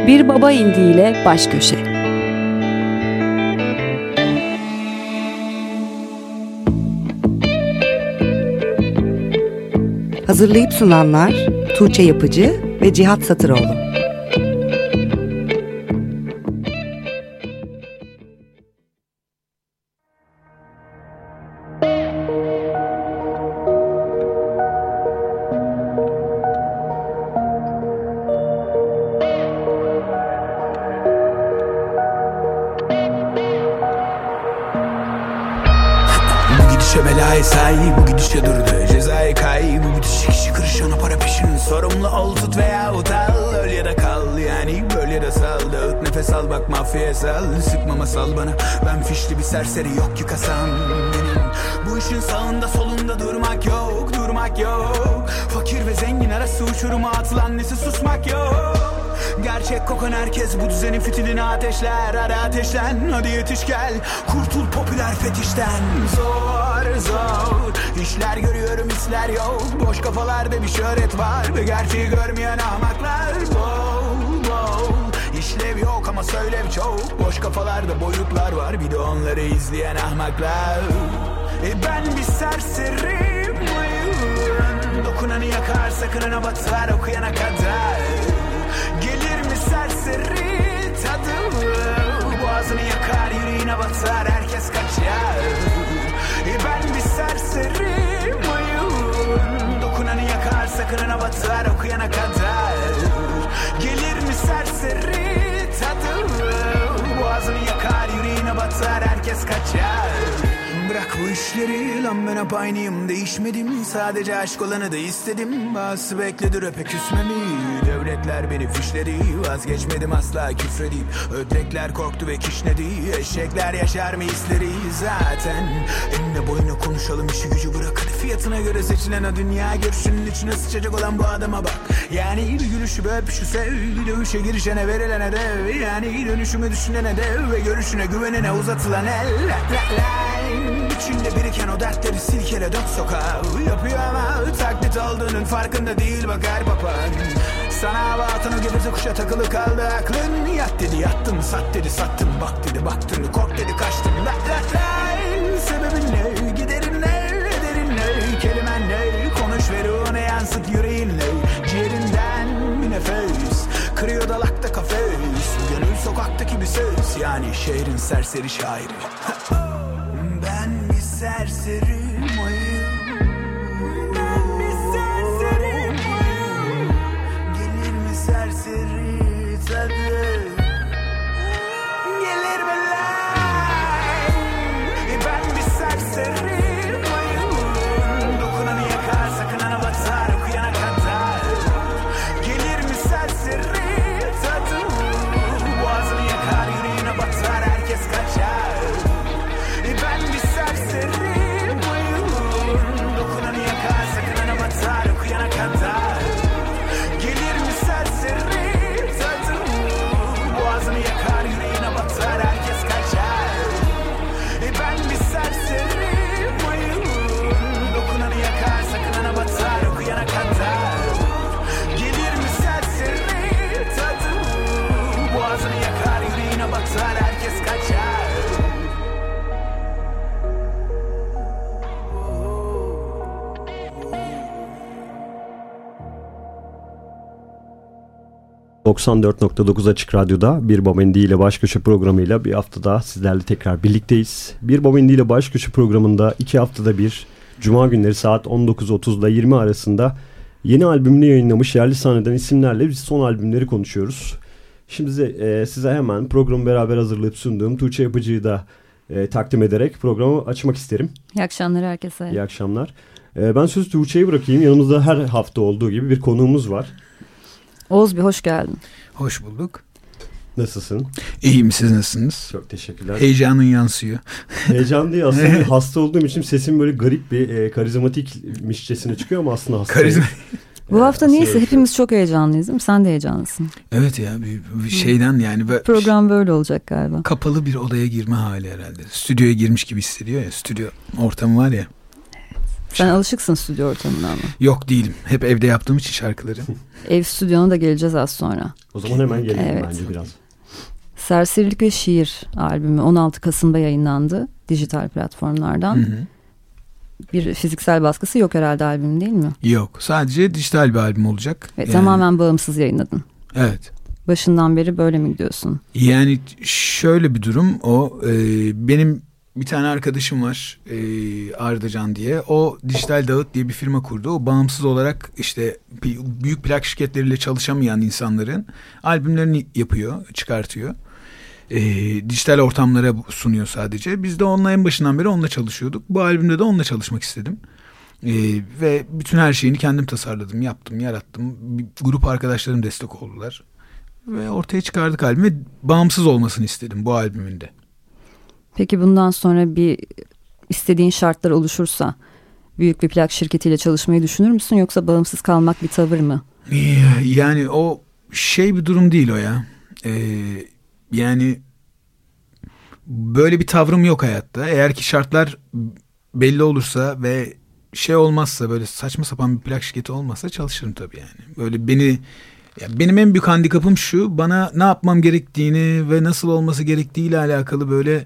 Bir Baba İndi ile Baş Köşe. Hazırlayıp sunanlar Tuğçe Yapıcı ve Cihat Satıroğlu. Say bu gidişe durdu cezayı kay. Bu bitiş kişi kırış ona para peşin. Sorumlu ol tut veya utal. Öl ya da kal yani böl ya da sal. Dağıt nefes al bak mafyaya sal. Sıkmama sal bana ben fişli bir serseri yok ki kasam benim. Bu işin sağında solunda durmak yok. Durmak yok. Fakir ve zengin arası uçuruma atılan nesi susmak yok. Gerçek kokan herkes bu düzenin fitilini ateşler. Hadi ateşlen hadi yetiş gel. Kurtul popüler fetişten. Zor zor işler görüyorum hisler yok. Boş kafalarda bir şöhret var ve gerçeği görmeyen ahmaklar. Bol bol işlev yok ama söylev çok. Boş kafalarda boyutlar var bir de onları izleyen ahmaklar. Ben bir serseriyim. Dokunanı yakar sakınına batar okuyana kadar. Gelir mi serseri tadı? Boğazını yakar yüreğine batar herkes kaçar. Ben bir serseriyim oyun. Dokunanı yakar sakınına batar okuyana kadar. Gelir mi serseri tadı? Boğazını yakar yüreğine batar herkes kaçar. Bırak bu işleri lan ben hep aynıyım. Değişmedim sadece aşk olanı da istedim. Bazısı bekledi rap'e küsmemi. Devletler beni fişledi. Vazgeçmedim asla küfredip. Ödrekler korktu ve kişnedi. Eşekler yaşar mı hisleri zaten. Enine boyuna konuşalım işi gücü bırak. Hadi fiyatına göre seçilen o dünya görüşünün içine sıçacak olan bu adama bak. Yani bir gülüşü bir öpüşü sev. Dövüşe girişene verilene dev. Yani dönüşümü düşünene dev. Ve görüşüne güvenene uzatılan el. İçinde biriken o dertleri silkele dök sokağa. Yapıyor ama taklit olduğunun farkında değil bak her papan. Sana hava atan o geveze kuşa takılı kaldı aklın. Yat dedi yattın sat dedi sattın. Bak dedi baktın kork dedi kaçtın. Sebebin ne giderin ne ederin ne. Kelimen ne konuş ver ona yansıt yüreğin ne. Ciğerinden bir nefes kırıyor dalakta kafes. Gönül sokaktaki bir ses yani şehrin serseri şairi. Ben bir serserim oyum. Ben bir serserim oyum. Gelir mi serseri tadı? Gelir mi lan? Ben bir serserim oyum. Dokunanı yakar sakınana batar okuyana kadar. Gelir mi serseri tadı? Boğazını yakar yüreğine batar herkes kaçar. Ben bir serseriyim oyun. Dokunanı yakar sakınana batar okuyana kadar. Gelir mi serseri tadı? Boğazını yakar yüreğine batar herkes kaçar. Ben bir serseriyim oyun. Dokunanı yakar sakınana batar okuyana kadar. Gelir mi serseri tadı? Boğazını yakar yüreğine batar herkes kaçar. 94.9 Açık Radyo'da Bir Baba İndi ile Baş Köşe programıyla bir hafta daha sizlerle tekrar birlikteyiz. Bir Baba İndi ile Baş Köşe programında 2 haftada bir Cuma günleri saat 19.30 ile 20 arasında yeni albümünü yayınlamış yerli sahneden isimlerle biz son albümleri konuşuyoruz. Şimdi size hemen programı beraber hazırlayıp sunduğum Tuğçe Yapıcı'yı da takdim ederek programı açmak isterim. İyi akşamlar herkese. İyi akşamlar. Ben sözü Tuğçe'ye bırakayım. Yanımızda her hafta olduğu gibi bir konuğumuz var. Oğuz Bey hoş geldin. Hoş bulduk. Nasılsın? İyiyim, siz nasılsınız? Çok teşekkürler. Heyecanın yansıyor. Heyecan değil aslında. Hasta olduğum için sesim böyle garip bir karizmatikmişçesine çıkıyor ama aslında hastayım. Bu hafta neyse hepimiz çok heyecanlıyız değil mi? Sen de heyecanlısın. Evet ya bir şeyden yani. Program böyle olacak galiba. Kapalı bir odaya girme hali herhalde. Stüdyoya girmiş gibi hissediyor ya. Stüdyo ortamı var ya. Sen alışıksın stüdyo ortamına ama. Yok değilim. Hep evde yaptığım için şarkıları. Ev stüdyona da geleceğiz az sonra. O zaman hemen gelelim Evet. bence biraz. Serserilik ve Şiir albümü 16 Kasım'da yayınlandı dijital platformlardan. Hı hı. Bir fiziksel baskısı yok herhalde albüm, değil mi? Yok. Sadece dijital bir albüm olacak. Ve tamamen bağımsız yayınladın. Evet. Başından beri böyle mi gidiyorsun? Yani şöyle bir durum o. Benim bir tane arkadaşım var, Ardacan diye. O Dijital Dağıt diye bir firma kurdu. O bağımsız olarak işte büyük plak şirketleriyle çalışamayan insanların albümlerini yapıyor, çıkartıyor. Dijital ortamlara sunuyor sadece. Biz de onunla en başından beri onunla çalışıyorduk. Bu albümde de onunla çalışmak istedim. Ve bütün her şeyini kendim tasarladım, yaptım, yarattım. Grup arkadaşlarım destek oldular. Ve ortaya çıkardık albümü. Bağımsız olmasını istedim bu albümünde. Peki bundan sonra bir istediğin şartlar oluşursa büyük bir plak şirketiyle çalışmayı düşünür müsün? Yoksa bağımsız kalmak bir tavır mı? Yani o bir durum değil o ya. Yani böyle bir tavrım yok hayatta. Eğer ki şartlar belli olursa ve olmazsa, böyle saçma sapan bir plak şirketi olmazsa çalışırım tabii yani. Böyle benim en büyük handikapım şu: bana ne yapmam gerektiğini ve nasıl olması gerektiğiyle alakalı böyle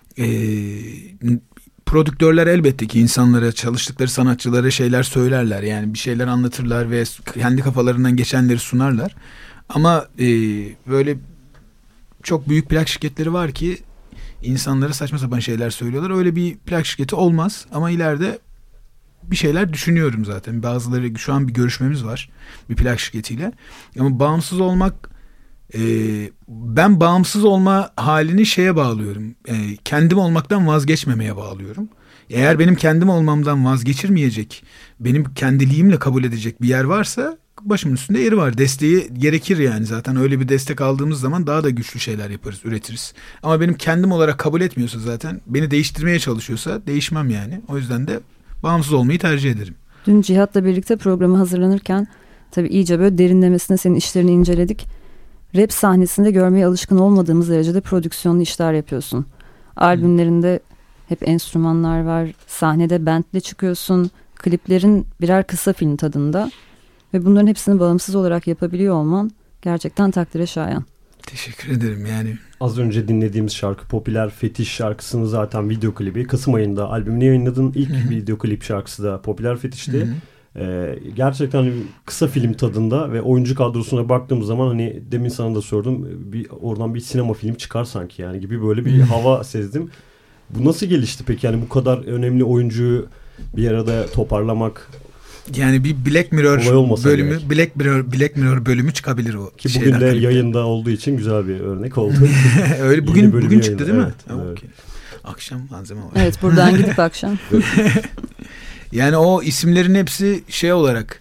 prodüktörler elbette ki insanlara, çalıştıkları sanatçılara şeyler söylerler. Yani bir şeyler anlatırlar ve kendi kafalarından geçenleri sunarlar. Ama böyle çok büyük plak şirketleri var ki insanlara saçma sapan şeyler söylüyorlar. Öyle bir plak şirketi olmaz ama ileride bir şeyler düşünüyorum zaten. Bazıları, şu an bir görüşmemiz var bir plak şirketiyle. Ama bağımsız olmak, ben bağımsız olma halini bağlıyorum. Kendim olmaktan vazgeçmemeye bağlıyorum. Eğer benim kendim olmamdan vazgeçirmeyecek, benim kendiliğimle kabul edecek bir yer varsa başımın üstünde yeri var. Desteği gerekir yani. Zaten öyle bir destek aldığımız zaman daha da güçlü şeyler yaparız, üretiriz. Ama benim kendim olarak kabul etmiyorsa, zaten beni değiştirmeye çalışıyorsa değişmem yani. O yüzden de bağımsız olmayı tercih ederim. Dün Cihat'la birlikte programı hazırlanırken tabii iyice böyle derinlemesine senin işlerini inceledik. Rap sahnesinde görmeye alışkın olmadığımız derecede prodüksiyonlu işler yapıyorsun. Albümlerinde hep enstrümanlar var. Sahnede bandle çıkıyorsun. Kliplerin birer kısa film tadında. Ve bunların hepsini bağımsız olarak yapabiliyor olman gerçekten takdire şayan. Teşekkür ederim yani. Az önce dinlediğimiz şarkı Popüler Fetiş şarkısının zaten video klibi. Kasım ayında albümünü yayınladın. İlk video klip şarkısı da Popüler Fetiş'ti. Gerçekten kısa film tadında ve oyuncu kadrosuna baktığımız zaman, hani demin sana da sordum, oradan bir sinema film çıkar sanki yani gibi böyle bir hava sezdim. Bu nasıl gelişti peki? Yani bu kadar önemli oyuncuyu bir arada toparlamak. Yani bir Black Mirror bölümü, Black Mirror bölümü çıkabilir o. Ki bugün de yayında olduğu için güzel bir örnek oldu. Öyle bugün çıktı değil mi? Evet, evet. Okay. Akşam malzeme var. Evet, buradan gidip akşam. Yani o isimlerin hepsi olarak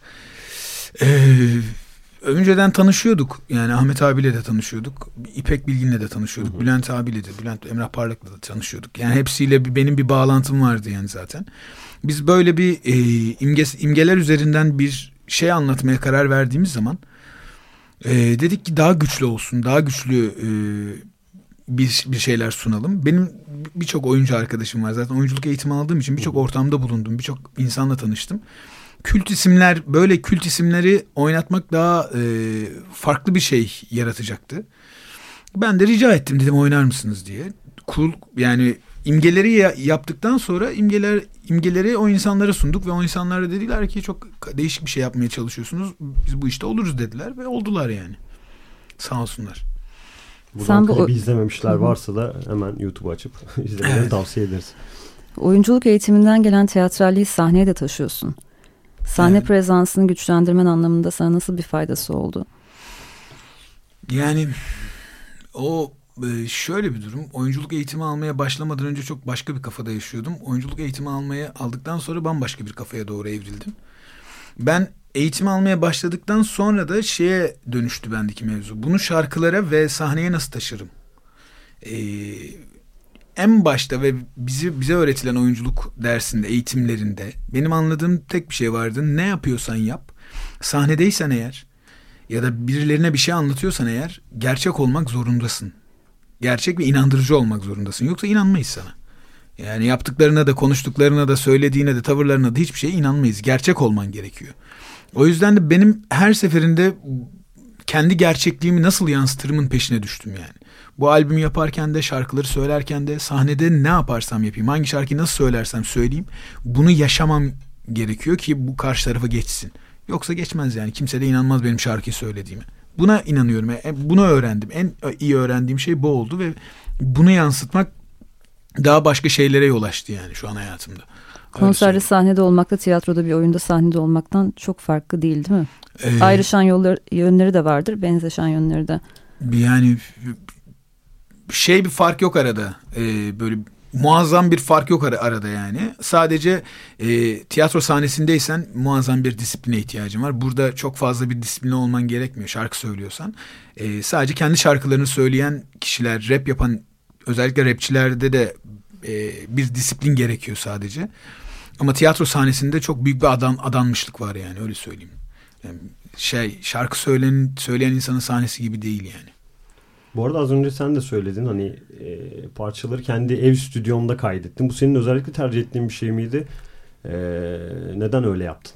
önceden tanışıyorduk. Yani Ahmet abiyle de tanışıyorduk. İpek Bilgin'le de tanışıyorduk. Bülent abiyle de, Emrah Parlak'la da tanışıyorduk. Yani hepsiyle benim bir bağlantım vardı yani zaten. Biz böyle bir imgeler üzerinden bir anlatmaya karar verdiğimiz zaman dedik ki daha güçlü olsun, daha güçlü bir şeyler sunalım. Benim birçok oyuncu arkadaşım var. Zaten oyunculuk eğitimi aldığım için birçok ortamda bulundum. Birçok insanla tanıştım. Kült isimleri oynatmak daha farklı bir şey yaratacaktı. Ben de rica ettim, dedim oynar mısınız diye. Yani imgeleri yaptıktan sonra imgeleri o insanlara sunduk ve o insanlar da dediler ki çok değişik bir şey yapmaya çalışıyorsunuz. Biz bu işte oluruz dediler ve oldular yani. Sağ olsunlar. Buradan klibi izlememişler varsa da hemen YouTube'u açıp izlemelerini tavsiye ederiz. Oyunculuk eğitiminden gelen teatralliği sahneye de taşıyorsun. Sahne prezansını güçlendirmen anlamında sana nasıl bir faydası oldu? Yani o şöyle bir durum. Oyunculuk eğitimi almaya başlamadan önce çok başka bir kafada yaşıyordum. Oyunculuk eğitimi aldıktan sonra bambaşka bir kafaya doğru evrildim. Ben eğitimi almaya başladıktan sonra da dönüştü bendeki mevzu. Bunu şarkılara ve sahneye nasıl taşırım? En başta ve bize öğretilen oyunculuk dersinde, eğitimlerinde benim anladığım tek bir şey vardı. Ne yapıyorsan yap. Sahnedeysen eğer ya da birilerine bir şey anlatıyorsan eğer, gerçek olmak zorundasın. Gerçek ve inandırıcı olmak zorundasın. Yoksa inanmayız sana. Yani yaptıklarına da, konuştuklarına da, söylediğine de, tavırlarına da hiçbir şeye inanmayız. Gerçek olman gerekiyor. O yüzden de benim her seferinde kendi gerçekliğimi nasıl yansıtırımın peşine düştüm yani. Bu albümü yaparken de, şarkıları söylerken de, sahnede ne yaparsam yapayım, hangi şarkıyı nasıl söylersem söyleyeyim, bunu yaşamam gerekiyor ki bu karşı tarafa geçsin. Yoksa geçmez yani. Kimse de inanmaz benim şarkıyı söylediğime. Buna inanıyorum. Bunu öğrendim. En iyi öğrendiğim şey bu oldu ve bunu yansıtmak daha başka şeylere yol açtı yani şu an hayatımda. Konserde sahnede olmakla tiyatroda bir oyunda sahnede olmaktan çok farklı değil mi? Ayrışan yönleri de vardır, benzeşen yönleri de. Yani bir fark yok arada. Böyle muazzam bir fark yok arada yani. Sadece tiyatro sahnesindeysen muazzam bir disipline ihtiyacın var. Burada çok fazla bir disipline olman gerekmiyor şarkı söylüyorsan. Sadece kendi şarkılarını söyleyen kişiler, rap yapan, özellikle rapçilerde de bir disiplin gerekiyor sadece. Ama tiyatro sahnesinde çok büyük bir adanmışlık var yani, öyle söyleyeyim. Yani şarkı söyleyen insanın sahnesi gibi değil yani. Bu arada az önce sen de söyledin, hani parçaları kendi ev stüdyonda kaydettin. Bu senin özellikle tercih ettiğin bir şey miydi? Neden öyle yaptın?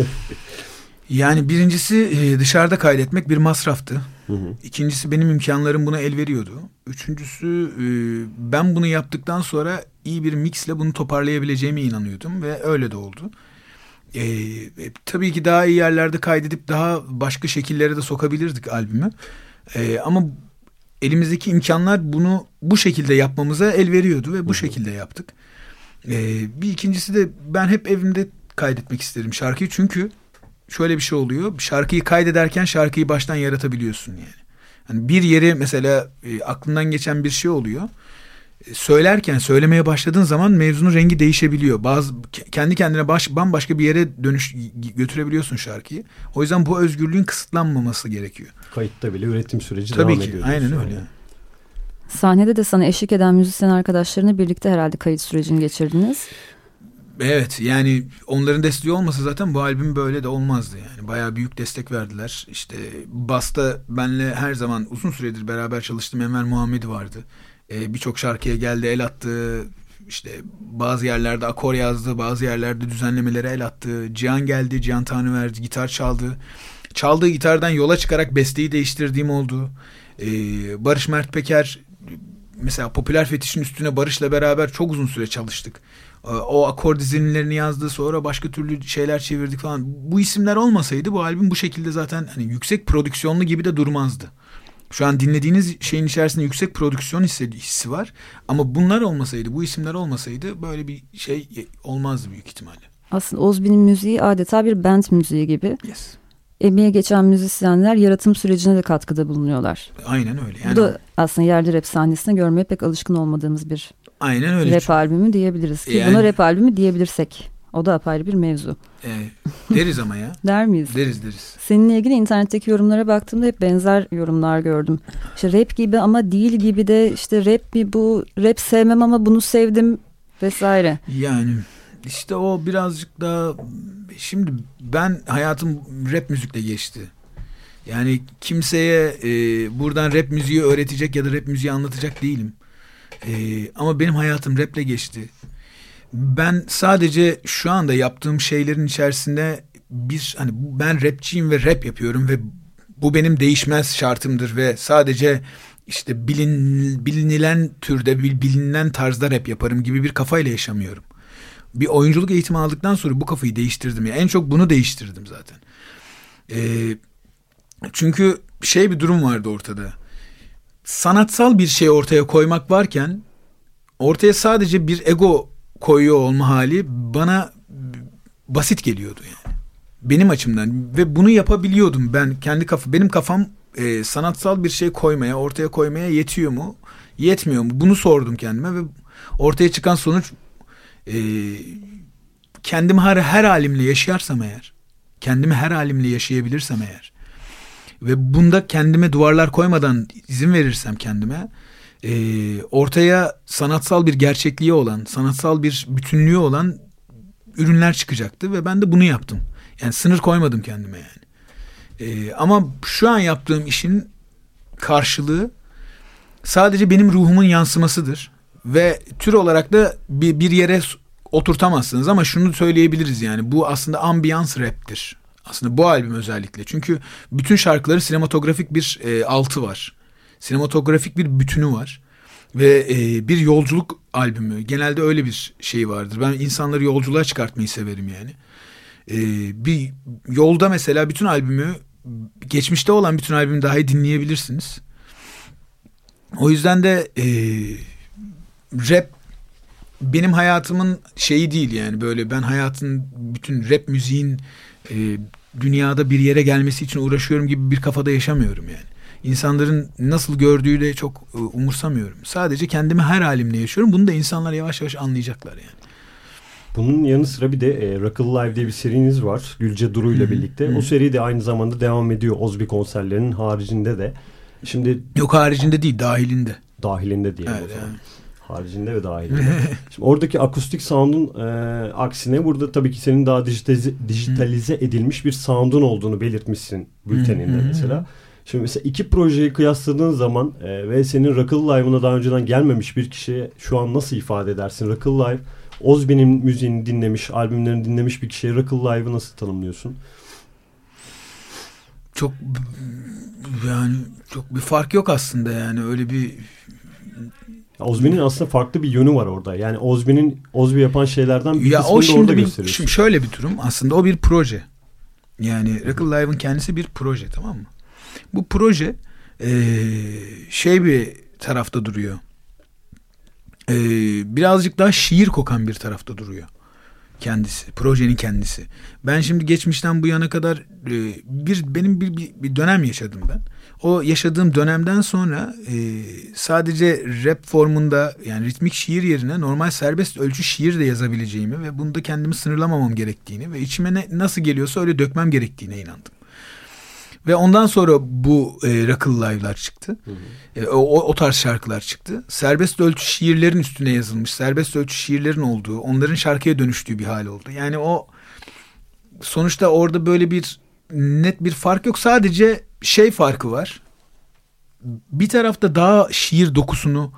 Yani birincisi dışarıda kaydetmek bir masraftı. İkincisi benim imkanlarım buna el veriyordu. Üçüncüsü ben bunu yaptıktan sonra iyi bir mixle bunu toparlayabileceğime inanıyordum ve öyle de oldu. Tabii ki daha iyi yerlerde kaydedip daha başka şekillere de sokabilirdik albümü. Ama elimizdeki imkanlar bunu bu şekilde yapmamıza el veriyordu ve bu şekilde yaptık. Bir ikincisi de ben hep evimde kaydetmek isterim şarkıyı, çünkü şöyle bir şey oluyor. Şarkıyı kaydederken şarkıyı baştan yaratabiliyorsun yani. Yani bir yeri mesela aklından geçen bir şey oluyor. Söylemeye başladığın zaman mevzunun rengi değişebiliyor. Kendi kendine bambaşka bir yere götürebiliyorsun şarkıyı. O yüzden bu özgürlüğün kısıtlanmaması gerekiyor. Kayıtta bile üretim süreci tabii devam ki, ediyor. aynen öyle. Sahnede de sana eşlik eden müzisyen arkadaşlarını birlikte herhalde kayıt sürecini geçirdiniz. Evet, yani onların desteği olmasa zaten bu albüm böyle de olmazdı yani. Bayağı büyük destek verdiler. İşte basta benle her zaman uzun süredir beraber çalıştığım Enver Muhammedi vardı. Birçok şarkıya geldi, el attı. İşte bazı yerlerde akor yazdı, bazı yerlerde düzenlemelere el attı. Cihan geldi, Cihan Tanrıverdi gitar çaldı. Çaldığı gitardan yola çıkarak besteyi değiştirdiğim oldu. Barış Mert Peker, mesela Popüler Fetiş'in üstüne Barış'la beraber çok uzun süre çalıştık. O akor dizilimlerini yazdı, sonra başka türlü şeyler çevirdik falan. Bu isimler olmasaydı bu albüm bu şekilde zaten hani yüksek prodüksiyonlu gibi de durmazdı. Şu an dinlediğiniz şeyin içerisinde yüksek prodüksiyon hissi var. Ama bunlar olmasaydı, bu isimler olmasaydı böyle bir şey olmazdı büyük ihtimalle. Aslında Ozbi'nin müziği adeta bir band müziği gibi. Yes. Emeğe geçen müzisyenler yaratım sürecine de katkıda bulunuyorlar. Aynen öyle. Yani bu da aslında yerli rap sahnesinde görmeye pek alışkın olmadığımız bir aynen öyle. Rap albümü diyebiliriz ki. Yani, buna rap albümü diyebilirsek. O da apayrı bir mevzu. Deriz ama ya. Der miyiz? Deriz. Seninle ilgili internetteki yorumlara baktığımda hep benzer yorumlar gördüm. İşte rap gibi ama değil gibi de, işte rap mi bu, rap sevmem ama bunu sevdim vesaire. Yani işte o birazcık daha, şimdi ben hayatım rap müzikle geçti. Yani kimseye buradan rap müziği öğretecek ya da rap müziği anlatacak değilim. Ama benim hayatım raple geçti. Ben sadece şu anda yaptığım şeylerin içerisinde hani ben rapçiyim ve rap yapıyorum ve bu benim değişmez şartımdır ve sadece işte bilinilen türde, bilinilen tarzda rap yaparım gibi bir kafayla yaşamıyorum. Bir oyunculuk eğitimi aldıktan sonra bu kafayı değiştirdim. Yani en çok bunu değiştirdim zaten. Çünkü bir durum vardı ortada. Sanatsal bir şey ortaya koymak varken ortaya sadece bir ego koyuyor olma hali bana basit geliyordu yani. Benim açımdan ve bunu yapabiliyordum ben benim kafam sanatsal bir şey ortaya koymaya yetiyor mu? Yetmiyor mu? Bunu sordum kendime ve ortaya çıkan sonuç kendimi her halimle yaşayarsam eğer, kendimi her halimle yaşayabilirsem eğer ve bunda kendime duvarlar koymadan izin verirsem kendime, ortaya sanatsal bir gerçekliği olan, sanatsal bir bütünlüğü olan ürünler çıkacaktı ve ben de bunu yaptım. Yani sınır koymadım kendime yani. Ama şu an yaptığım işin karşılığı sadece benim ruhumun yansımasıdır. Ve tür olarak da bir yere oturtamazsınız ama şunu söyleyebiliriz yani bu aslında ambiyans rap'tir. Aslında bu albüm özellikle. Çünkü bütün şarkıların sinematografik bir altı var. Sinematografik bir bütünü var. Ve bir yolculuk albümü. Genelde öyle bir şey vardır. Ben insanları yolculuğa çıkartmayı severim yani. Bir yolda mesela bütün albümü, geçmişte olan bütün albümü dahi dinleyebilirsiniz. O yüzden de rap benim hayatımın şeyi değil yani, böyle ben hayatın bütün rap müziğin dünyada bir yere gelmesi için uğraşıyorum gibi bir kafada yaşamıyorum yani. İnsanların nasıl gördüğü de çok umursamıyorum. Sadece kendimi her halimle yaşıyorum. Bunu da insanlar yavaş yavaş anlayacaklar yani. Bunun yanı sıra bir de Rock Live diye bir seriniz var. Gülce Duru ile birlikte. O seri de aynı zamanda devam ediyor Ozbi konserlerinin haricinde de. Şimdi yok, haricinde değil, dahilinde. Dahilinde diyelim evet, o zaman. Yani. Haricinde ve dahilinde. Şimdi oradaki akustik sound'un aksine burada tabii ki senin daha dijitalize edilmiş bir sound'un olduğunu belirtmişsin bülteninde mesela. Şimdi mesela iki projeyi kıyasladığın zaman ve senin Rock Live'ına daha önceden gelmemiş bir kişiye şu an nasıl ifade edersin? Rock Live, Ozbi'nin müziğini dinlemiş, albümlerini dinlemiş bir kişiye Rock Live'ı nasıl tanımlıyorsun? Çok bir fark yok aslında yani, öyle bir... Ozbi'nin aslında farklı bir yönü var orada. Yani Ozbi yapan şeylerden bir kısmını da orada gösteriyorsun. Şimdi şöyle bir durum, aslında o bir proje. Yani Rock Live'ın kendisi bir proje, tamam mı? Bu proje bir tarafta duruyor. Birazcık daha şiir kokan bir tarafta duruyor. Kendisi, projenin kendisi. Ben şimdi geçmişten bu yana kadar benim bir dönem yaşadım ben. O yaşadığım dönemden sonra sadece rap formunda, yani ritmik şiir yerine normal serbest ölçü şiir de yazabileceğimi ve bunda kendimi sınırlamamam gerektiğini ve içime nasıl geliyorsa öyle dökmem gerektiğine inandım. Ve ondan sonra bu Rock Live'lar çıktı. O tarz şarkılar çıktı. Serbest ölçü şiirlerin üstüne yazılmış, serbest ölçü şiirlerin olduğu, onların şarkıya dönüştüğü bir hal oldu. Yani o sonuçta orada böyle bir net bir fark yok. Sadece farkı var. Bir tarafta daha şiir dokusunu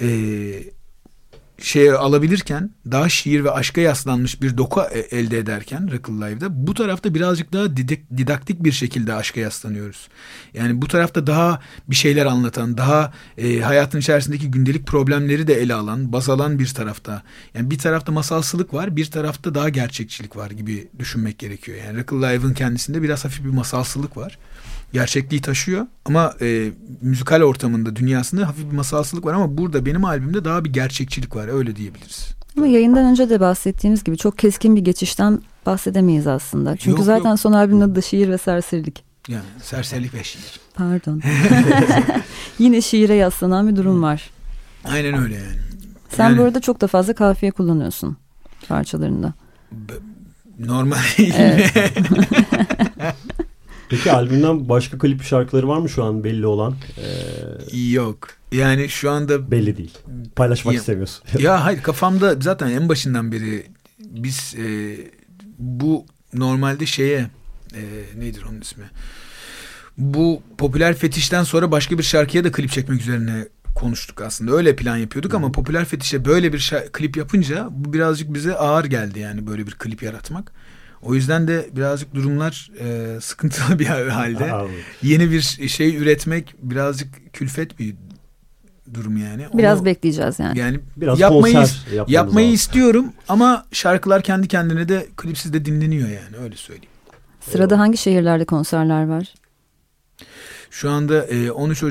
alabilirken, daha şiir ve aşka yaslanmış bir doku elde ederken Rock Live'da, bu tarafta birazcık daha didaktik bir şekilde aşka yaslanıyoruz. Yani bu tarafta daha bir şeyler anlatan, daha hayatın içerisindeki gündelik problemleri de ele alan, baz alan bir tarafta. Yani bir tarafta masalsılık var, bir tarafta daha gerçekçilik var gibi düşünmek gerekiyor. Yani Rock Live'ın kendisinde biraz hafif bir masalsılık var. Gerçekliği taşıyor ama müzikal ortamında, dünyasında hafif bir masalsılık var, ama burada benim albümde daha bir gerçekçilik var, öyle diyebiliriz. Ama yayından önce de bahsettiğimiz gibi çok keskin bir geçişten bahsedemeyiz aslında. Çünkü zaten son albümün adı da Şiir ve Serserilik. Yani serserilik ve şiir. Pardon. Yine şiire yaslanan bir durum var. Aynen öyle yani. Sen bu arada çok da fazla kafiye kullanıyorsun parçalarında. Normal değil mi? Peki albümden başka klip şarkıları var mı şu an belli olan? Yok. Yani şu anda... Belli değil. Paylaşmak istemiyorsun. Ya hayır, kafamda zaten en başından beri biz bu normalde nedir onun ismi? Bu Popüler Fetiş'ten sonra başka bir şarkıya da klip çekmek üzerine konuştuk aslında. Öyle plan yapıyorduk ama Popüler Fetiş'e böyle bir klip yapınca bu birazcık bize ağır geldi yani, böyle bir klip yaratmak. O yüzden de birazcık durumlar sıkıntılı bir halde. Yeni bir şey üretmek birazcık külfet bir durum yani. Biraz bekleyeceğiz yani. Yani biraz yapmayı istiyorum ama şarkılar kendi kendine de klipsiz de dinleniyor yani, öyle söyleyeyim. Sırada hangi şehirlerde konserler var? Şu anda 11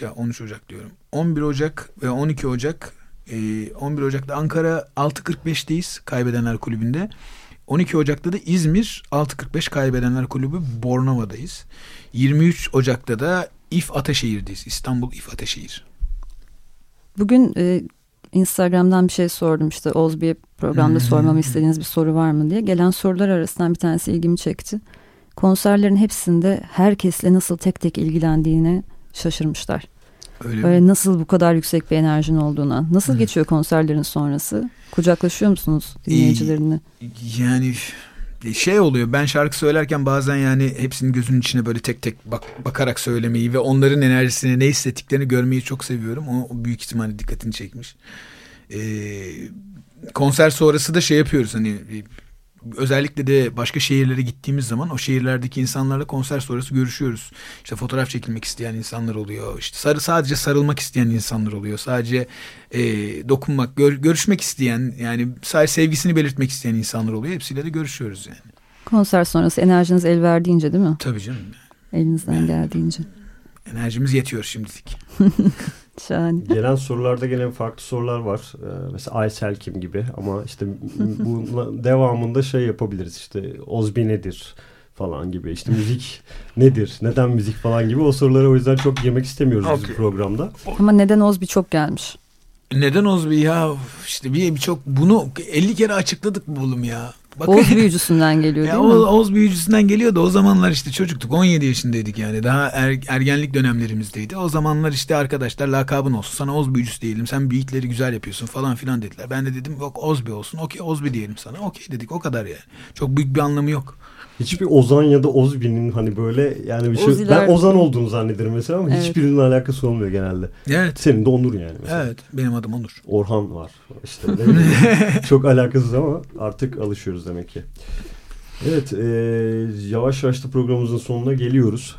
Ocak ve 12 Ocak. 11 Ocak'ta Ankara 6.45'teyiz Kaybedenler Kulübü'nde. 12 Ocak'ta da İzmir 6.45 Kaybedenler Kulübü Bornova'dayız. 23 Ocak'ta da İF Ataşehir'deyiz. İstanbul İF Ataşehir. Bugün Instagram'dan bir şey sordum, işte Ozbi'ye programda sormamı istediğiniz bir soru var mı diye. Gelen sorular arasından bir tanesi ilgimi çekti. Konserlerin hepsinde herkesle nasıl tek tek ilgilendiğine şaşırmışlar. Böyle nasıl bu kadar yüksek bir enerjin olduğuna. Nasıl geçiyor konserlerin sonrası? Kucaklaşıyor musunuz dinleyicilerini? Yani oluyor. Ben şarkı söylerken bazen yani hepsinin gözünün içine böyle tek tek bakarak söylemeyi ve onların enerjisini, ne hissettiklerini görmeyi çok seviyorum. O büyük ihtimalle dikkatini çekmiş. konser sonrası da şey yapıyoruz hani özellikle de başka şehirlere gittiğimiz zaman o şehirlerdeki insanlarla konser sonrası görüşüyoruz. İşte fotoğraf çekilmek isteyen insanlar oluyor. İşte sadece sarılmak isteyen insanlar oluyor. Sadece dokunmak, görüşmek isteyen yani sadece sevgisini belirtmek isteyen insanlar oluyor. Hepsiyle de görüşüyoruz yani. Konser sonrası enerjiniz el verdiğince değil mi? Tabii canım. Elinizden geldiğince. Enerjimiz yetiyor şimdilik. Şahane. Gelen sorularda gelen farklı sorular var. Mesela Aysel kim gibi ama işte bu devamında şey yapabiliriz işte Ozbi nedir falan gibi işte müzik nedir neden müzik falan gibi o sorulara o yüzden çok girmek istemiyoruz biz programda. Ama neden Ozbi çok gelmiş? Neden Ozbi ya işte birçok bunu 50 kere açıkladık bu oğlum ya. Bakın, Oz büyücüsünden geliyor değil mi? Oz büyücüsünden geliyor da o zamanlar işte çocuktuk 17 yaşındaydık yani daha ergenlik dönemlerimizdeydi. O zamanlar işte arkadaşlar lakabın olsun sana Oz büyücüsü diyelim sen beatleri güzel yapıyorsun falan filan dediler. Ben de dedim yok Ozbi olsun okey Ozbi diyelim sana okey dedik o kadar yani. Çok büyük bir anlamı yok. Hiçbir Ozan ya da Ozbi'nin hani böyle yani bir şey, ben Ozan olduğunu zannederim mesela ama hiçbirinin alakası olmuyor genelde. Evet. Senin de Onur yani mesela. Evet benim adım Onur. Orhan var işte çok alakasız ama artık alışıyoruz demek ki. Evet yavaş yavaş da programımızın sonuna geliyoruz.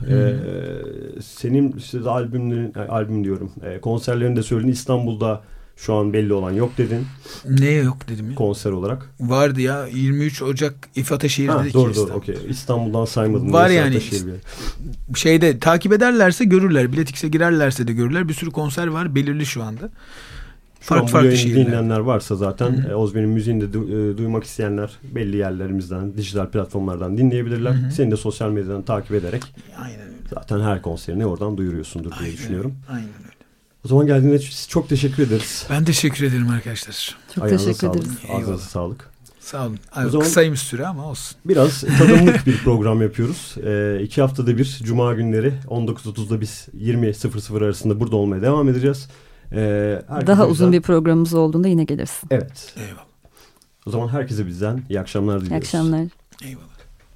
Senin işte albüm diyorum konserlerinde söyledin İstanbul'da şu an belli olan yok dedin. Neye yok dedim ya? Konser olarak. Vardı ya 23 Ocak İF Ataşehir dedik. Doğru okey. İstanbul'dan saymadım. Var yani şeyde takip ederlerse görürler. Biletix'e girerlerse de görürler. Bir sürü konser var belirli şu anda. Farklı şehirler. Dinleyenler varsa zaten Ozbi'nin müziğini de duymak isteyenler belli yerlerimizden, dijital platformlardan dinleyebilirler. Seni de sosyal medyadan takip ederek zaten her konserini oradan duyuruyorsundur diye düşünüyorum. Aynen öyle. O zaman geldiğiniz için çok teşekkür ederiz. Ben teşekkür ederim arkadaşlar. Çok Ayağınıza teşekkür ederiz. Ağzınıza sağlık. Sağ olun. Kısaymış süre ama olsun. Biraz tadımlık bir program yapıyoruz. 2 haftada bir Cuma günleri 19.30'da biz 20.00 arasında burada olmaya devam edeceğiz. Daha uzun bir programımız olduğunda yine gelirsin. Evet. Eyvallah. O zaman herkese bizden iyi akşamlar diliyoruz. İyi akşamlar. Eyvallah.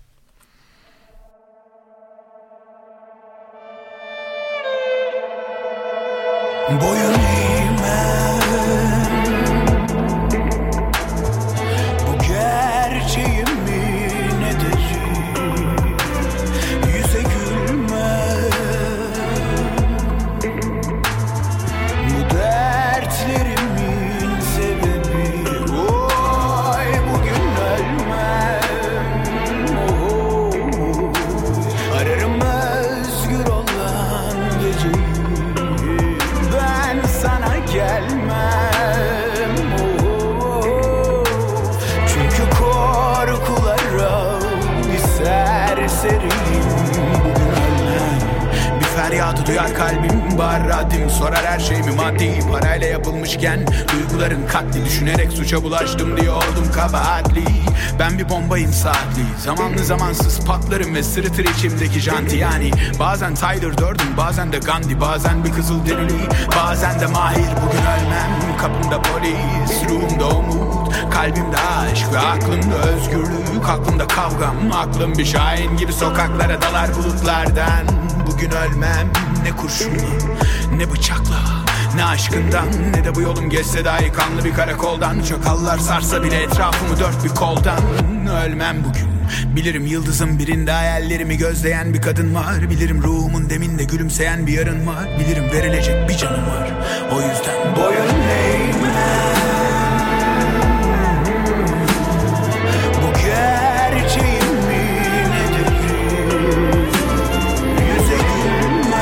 Boyun eğmem bu gerçeğim mi nedir? Yüze gülmem bu dertlerimin sebebi. Oy bugün ölmem. Ararım özgür olan geceyi. Sana gelmem çünkü korkulara bir serseriyim. Bugün ölmem bir feryadı duyar kalbim, bağır raddim sorar her şey mi maddi, parayla yapılmışken duyguların katli, düşünerek suça bulaştım diye oldum kabahatli. Ben bir bombayım saatli, zamanlı zamansız patlarım ve sırıtır içimdeki janti. Yani bazen Tyler Durden, bazen de Gandhi, bazen bir kızıl derili, bazen de Mahir. Bugün ölmem, kapımda polis, ruhumda umut, kalbimde aşk ve aklımda özgürlük. Aklımda kavgam, aklım bir şahin gibi sokaklara dalar bulutlardan. Bugün ölmem, ne kurşunla, ne bıçakla, ne aşkından, ne de bu yolum geçse dahi kanlı bir karakoldan. Çakallar sarsa bile etrafımı dört bir koldan. Ölmem bugün. Bilirim yıldızın birinde hayallerimi gözleyen bir kadın var. Bilirim ruhumun deminde gülümseyen bir yarın var. Bilirim verilecek bir canım var. O yüzden boyun eğmem. Bu gerçeğim mi nedir? Yüze gülmem.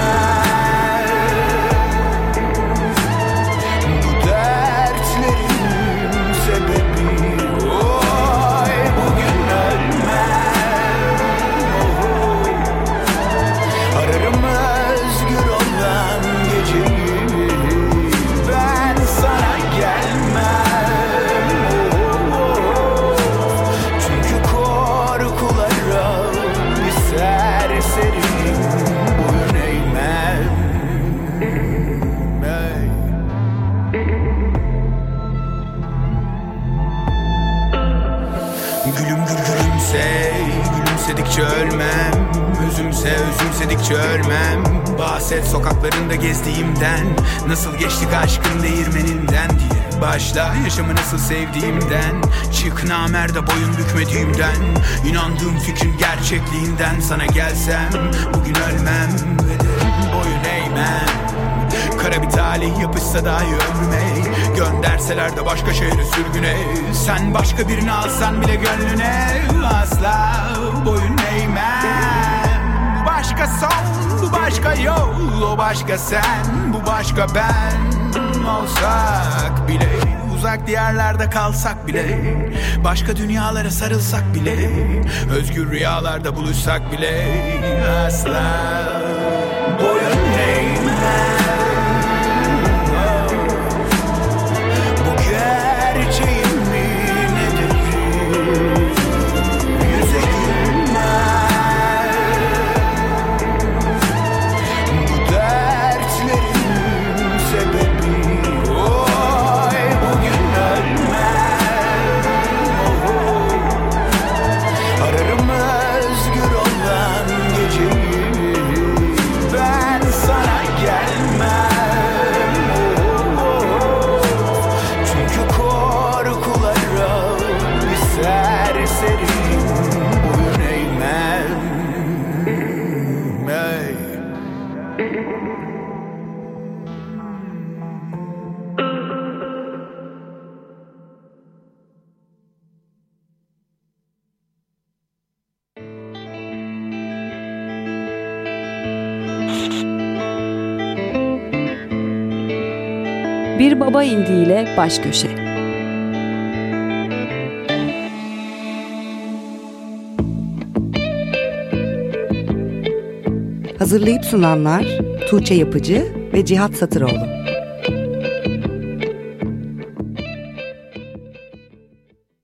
Bu dertlerimin sebebi. Oy bugün ölmem. Ararım özgür olan geceyi. Ben sana gelmem. Gülümsedikçe ölmem. Üzümsedikçe ölmem. Bahset sokaklarında gezdiğimden, nasıl geçtik aşkın değirmeninden diye. Başla yaşamı nasıl sevdiğimden, çık namerde boyun bükmediğimden, inandığım fikrin gerçekliğinden. Sana gelsem bugün ölmem ve de boyun eğmem. Kara bir talih yapışsa dahi ömrüme, gönderseler de başka şehre sürgüne, sen başka birini alsan bile gönlüne, asla boyun eğmem. Bu başka son, bu başka yol, o başka sen, bu başka ben. Olsak bile, uzak diyarlarda kalsak bile, başka dünyalara sarılsak bile, özgür rüyalarda buluşsak bile, asla boyun eğmem. Bir Baba indiğiyle baş köşe. Hazırlayıp sunanlar Tuğçe Yapıcı ve Cihat Satıroğlu.